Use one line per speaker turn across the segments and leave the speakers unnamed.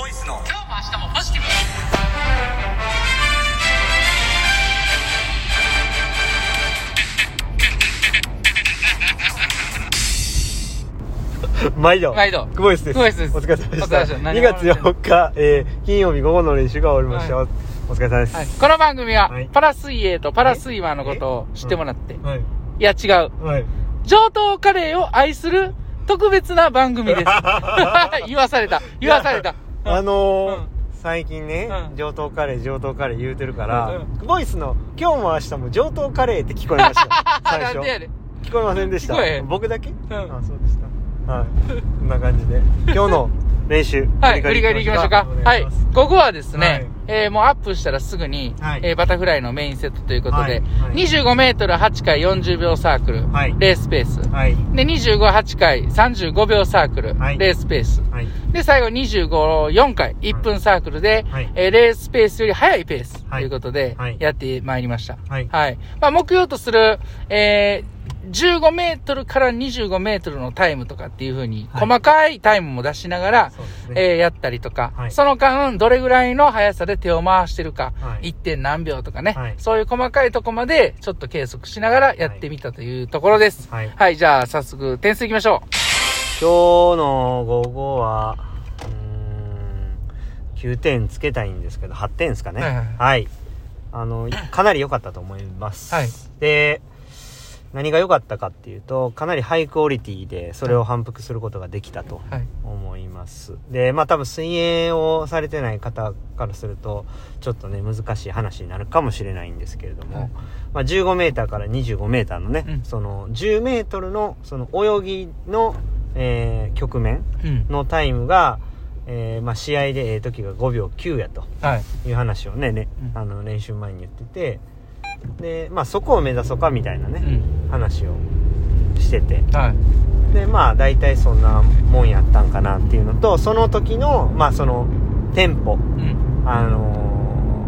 イスの
今日も明日もポジティブ。
毎度
毎度
久保井です。
久保井です。
お疲れ様でした。
お疲れ様でした。
2月4日、金曜日午後の練習が終わりました、
はい、
お疲れ様です、
はい、この番組は、
はい、
パラ水泳とパラスイマーのことを知ってもらって、
はい、
いや違う、はい、上等カレーを愛する特別な番組です言わされた
最近ね、
うん、
上等カレー言うてるから、
うん、
ボイスの今日も明日も上等カレーって聞こえました最初
なんでやねん。
聞こえませんでした。
聞こえ
僕だけ、
うん、
あ、そうですか。はいこんな感じで今日の練習
はい、振り返りいきましょうか。はい、ここはですね、
はい、
もうアップしたらすぐに、はい、バタフライのメインセットということで、
はいはい、
25メートル8回40秒サークル、はい、レースペース、はい、で25、8回35秒サークル、はい、レースペース、はい、で最後25、4回1分サークルで、はい、レースペースより速いペースということで、はい、やってまいりました。はい。はい。まあ、目標とする、15メートルから25メートルのタイムとかっていう風に、細かいタイムも出しながら、やったりとか、はい、その間、どれぐらいの速さで手を回してるか、はい、1. 何秒とかね、はい、そういう細かいとこまでちょっと計測しながらやってみたというところです。はい。はい、じゃあ早速点数いきましょう。
今日の午後は、9点つけたいんですけど、8点ですかね。はい。はい。かなり良かったと思います。はい。で、何が良かったかっていうと、かなりハイクオリティでそれを反復することができたと思います。はい、で、まあ多分水泳をされてない方からすると、ちょっとね、難しい話になるかもしれないんですけれども、はい、まあ15メーターから25メーターのね、うん、その10メートルのその泳ぎの、局面のタイムが、まあ試合で時が5秒9やという話をね、練習前に言ってて、でまあそこを目指そうかみたいなね、うん、話をしてて、はい、でまあ大体そんなもんやったんかなっていうのと、その時のまあそのテンポ、うん、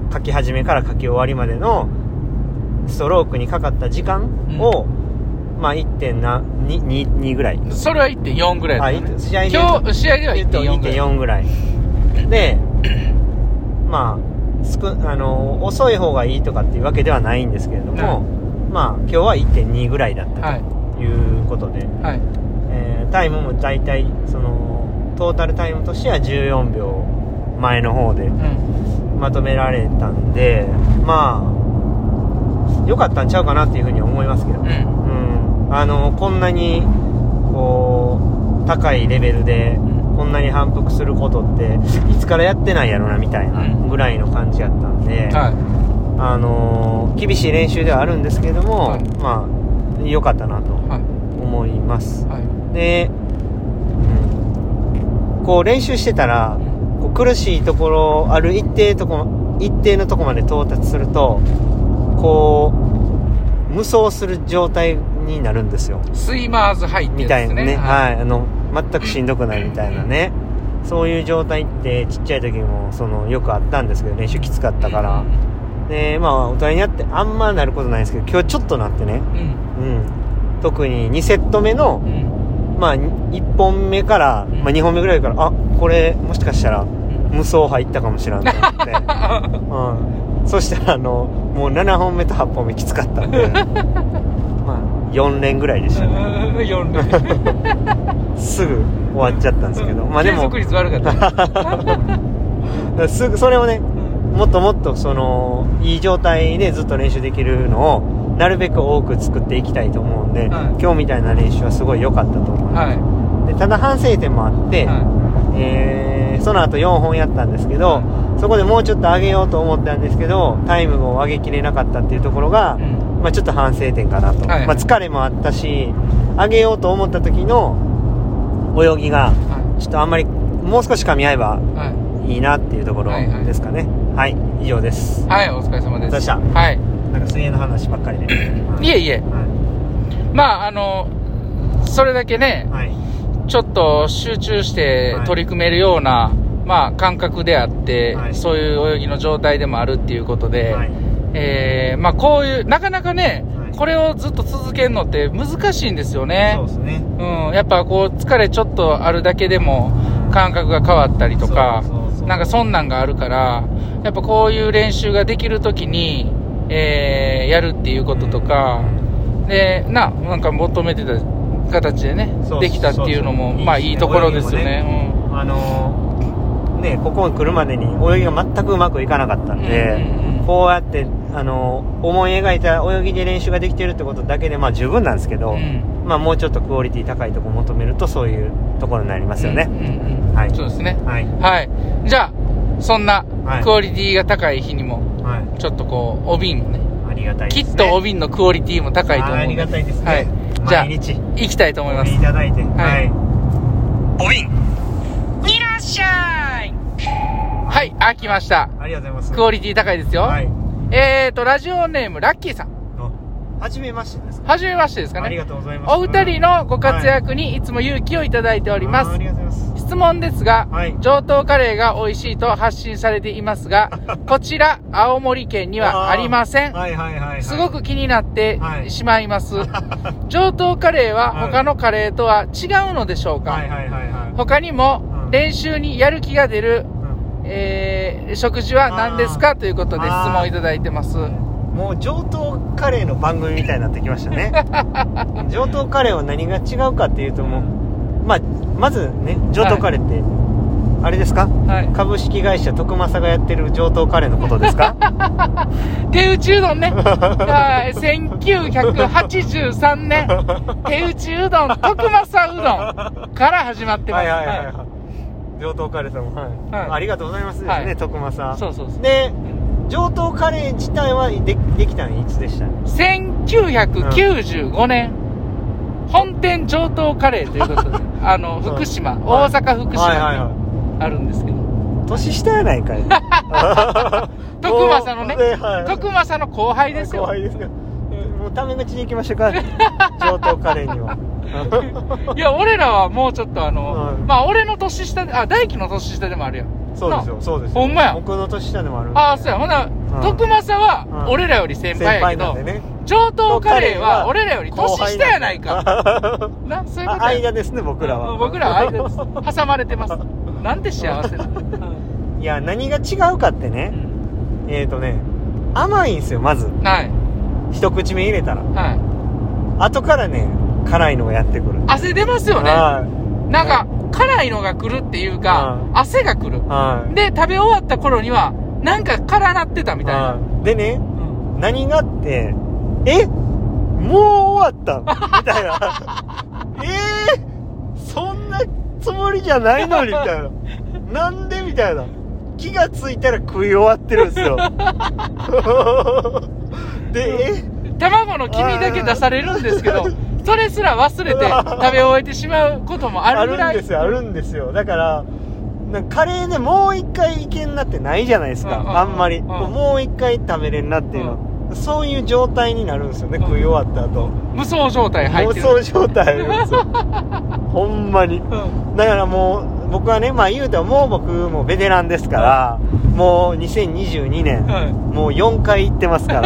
書き始めから書き終わりまでのストロークにかかった時間を、うん、まあ 1.2 ぐらい、
それは 1.4 ぐらいだね。試合では
1.4 ぐらいでまあ遅い方がいいとかっていうわけではないんですけれども、まあ今日は 1.2 ぐらいだったということで、はい、タイムも大体そのトータルタイムとしては14秒前の方でまとめられたんで、まあ良かったんちゃうかなっていうふうに思いますけどね、こんなにこう高いレベルでこんなに反復することっていつからやってないやろなみたいなぐらいの感じやったんで、はい、厳しい練習ではあるんですけれども、はい、まあ良かったなと思います、はい、で、こう練習してたらこう苦しいところある一定のとこまで到達するとこう無双する状態になるんですよ。
スイマーズハイってやつですね。みたいなね、
はい、全くしんどくないみたいなね、そういう状態ってちっちゃい時もよくあったんですけど、練習きつかったから、でまあ大人になってあんまなることないんですけど、今日ちょっとなってね、特に2セット目の、まあ1本目から、まあ、2本目ぐらいから、あ、これもしかしたら無双入ったかもしれんと思って、そしたらもう7本目と8本目きつかったんでまあ4連ぐらいでしたね4連すぐ終わっちゃったんですけど、まあでも
継続率悪かった
それをね、もっともっといい状態でずっと練習できるのをなるべく多く作っていきたいと思うんで、はい、今日みたいな練習はすごい良かったと思います、はい、でただ反省点もあって、はい、その後4本やったんですけど、はい、そこでもうちょっと上げようと思ったんですけどタイムを上げきれなかったっていうところが、まあ、ちょっと反省点かなと、はい、まあ、疲れもあったし上げようと思った時の泳ぎがちょっとあんまりもう少し噛み合えばいいなっていうところですかね。はい、以上です。
はい、お疲れ様です。
はい、なんか水泳の話ばっかりで
いえいえ、はい、まあそれだけね、はい、ちょっと集中して取り組めるような、はい、まあ感覚であって、はい、そういう泳ぎの状態でもあるっていうことで、はい、まあこういうなかなかね、これをずっと続けるのって難しいんですよね。そうですね。やっぱこう疲れちょっとあるだけでも感覚が変わったりとか、なんかそんなんがあるから、やっぱこういう練習ができるときに、やるっていうこととか、で、なんか求めてた形でね、できたっていうのも、まあいいところですよね。
ね、ここに来るまでに泳ぎが全くうまくいかなかったんで、こうやって思い描いた泳ぎで練習ができてるってことだけでまあ十分なんですけど、まあもうちょっとクオリティ高いところ求めるとそういうところになりますよね。
はい、そうですね。はい、はい、じゃあそんなクオリティが高い日にも、ちょっとこうお瓶ね、
ありがたいですね。
きっとお瓶のクオリティも高いと思うので、
ありがたいですね。
はい、じゃあ行きたいと思います。
いただいて、はい、お瓶
いらっしゃい。はい、来ました。
ありがとうございます。
クオリティ高いですよ。はい、ラジオネームラッキーさん。
はじめましてですか。
はじめましてですかね。
ありがとうございます。
お二人のご活躍にいつも勇気をいただいております。
ありがとうございます。
質問ですが、上等カレーが美味しいと発信されていますが、こちら青森県にはありません。すごく気になってしまいます。上等カレーは他のカレーとは違うのでしょうか。他にも練習にやる気が出る食事は何ですかということで質問いただいてます。
もう上等カレーの番組みたいになってきましたね。上等カレーは何が違うかっていうと、もうまずね、上等カレーってあれですか、株式会社徳正がやってる上等カレーのことですか。
手打ちうどんね。1983年手打ちうどん徳正うどんから始まってます。
上等カレーさんも、ありがとうございますですね、徳正。
そう
で、上等カレー自体はできたのいつでしたね。
1995年、本店上等カレーということで福島、大阪福島にあるんですけど、
年下やないかい。
徳正のね、徳正の後輩ですよ。
後輩ですか。もうタメ口で行きましょうか。上等カレーには。
いや、俺らはもうちょっとまあ俺の年下で、大輝の年下でもあるやん。
そうですよ、そうですよ。
ほんまや。
僕の年下でもある。
そうや。ほな、徳正は俺らより先輩やけど、上等カレーは俺らより年下やないか。な、そういうことや。
間ですね、僕らは。
僕らは間です。挟まれてます。なんて幸せな。
いや、何が違うかってね、甘いんですよ、まず。一口目入れたら。後からね、辛いのがやってくる。
汗出ますよね。なんか、辛いのが来るっていうか、汗が来る。で、食べ終わった頃には、なんか辛なってたみたいな。
でね、何があって、もう終わったみたいな。そんなつもりじゃないのにみたいな。なんでみたいな。気がついたら食い終わってるんですよ。で、
卵の黄身だけ出されるんですけど、それすら忘れて食べ終えてしまうこともあるぐらい。
あるんですよ。だからカレーでもう一回いけんなってないじゃないですか、あんまり。もう一回食べれんなっていうの、そういう状態になるんですよね、食い終わった後。
無双状態入ってる。
無双状態入るんですよ。ほんまに。だからもう僕はね、言うても僕もベテランですから、もう2022年、もう4回行ってますから。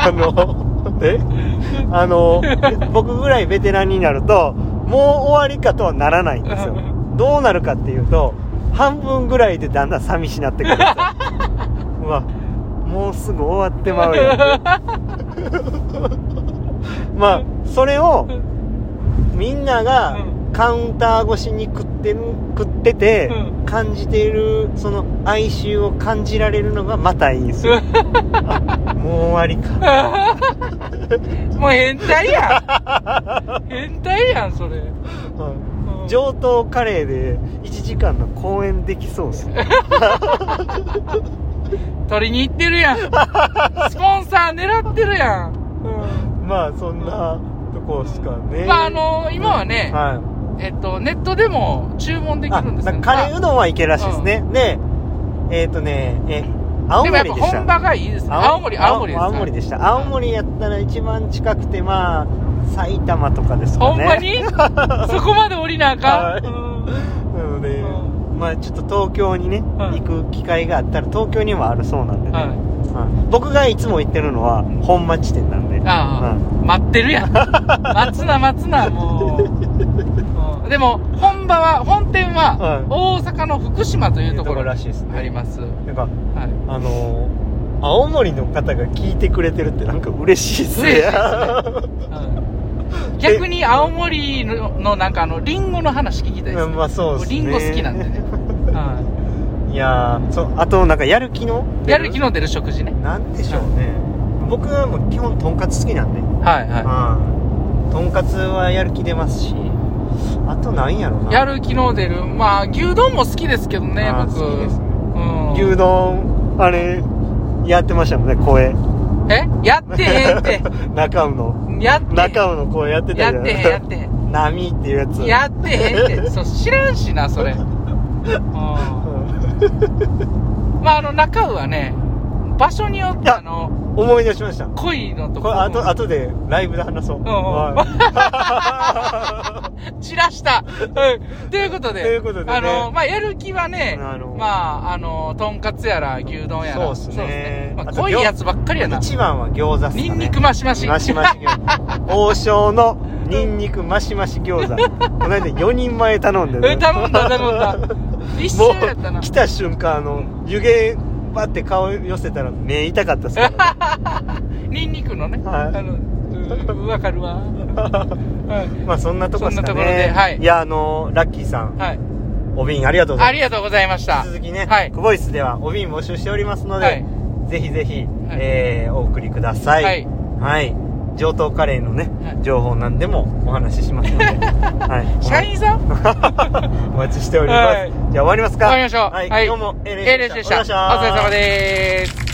僕ぐらいベテランになるともう終わりかとはならないんですよ。どうなるかっていうと、半分ぐらいでだんだん寂しなってくるんですよ。うわ、もうすぐ終わってまうよ。それをみんながカウンター越しに食ってて、感じているその哀愁を感じられるのがまたいいんですよ。もう終わりか。
もう変態やん。変態やんそれ。
上等カレーで1時間の公演できそうっす。
取りに行ってるやん。スポンサー狙ってるやん。
そんなとこですかね。
今はね、ネットでも注文できるんですよ。
カレーうどんはいけるらしいですね。で、青森でした。
本場がいいですね。青森です。
青森でした。青森やったら一番近くて埼玉とかですかね。
ほんまに？そこまで降りなあかん。な
ので、ちょっと東京にね、行く機会があったら東京にもあるそうなんでね。僕がいつも行ってるのは本町店なんで。
待ってるやん。待つなもう。 でも本店は大阪の福島というところらしいですね。あります。
なんか、青森の方が聞いてくれてるってなんか嬉しいですね。
逆に青森のなんかリンゴの話聞きたいですね。
まあそうですね。
リンゴ好きなんでね。
いやあとなんかやる気の出
る食事ね。
なんでしょうね。僕はもう基本とんかつ好きなんで。とんかつはやる気出ますし、あとなんやろな。
やる気の出る、まあ牛丼も好きですけどね、僕。
好きですね。牛丼あれやってましたもんね、声。
やってへんって。
中尾の声やってたじゃん。
やってへん。
波っていうやつ。
やってへんって。そう知らんしなそれ。まあ中尾はね、場所によって
思い出しました。
恋のとこ
ろ。これ後でライブで話そう。
散らした。ということでね、まあやる気はね、まあとんかつやら牛丼やら。
そうですね。
まあ濃いやつばっかりやな。
一番は餃子っすね。
ニンニクマシマシ。
餃子。王将のニンニクマシマシ餃子。この間4人前頼んでね。
頼んだ。一緒やったな。
来た瞬間湯気バって顔寄せたら目痛かったっすからね。
ニンニクのね。わかるわ。
まあそんなとこですかね。いやラッキーさん、お瓶ありがとうございます。
ありがとうございました。
引き続きね、クボイスではお瓶募集しておりますので、ぜひぜひお送りください。上等カレーのね情報なんでもお話ししますので、
社員さん
お待ちしております。じゃあ終わりますか。
終わりましょう。
今日も
A レースでした。お疲れ様です。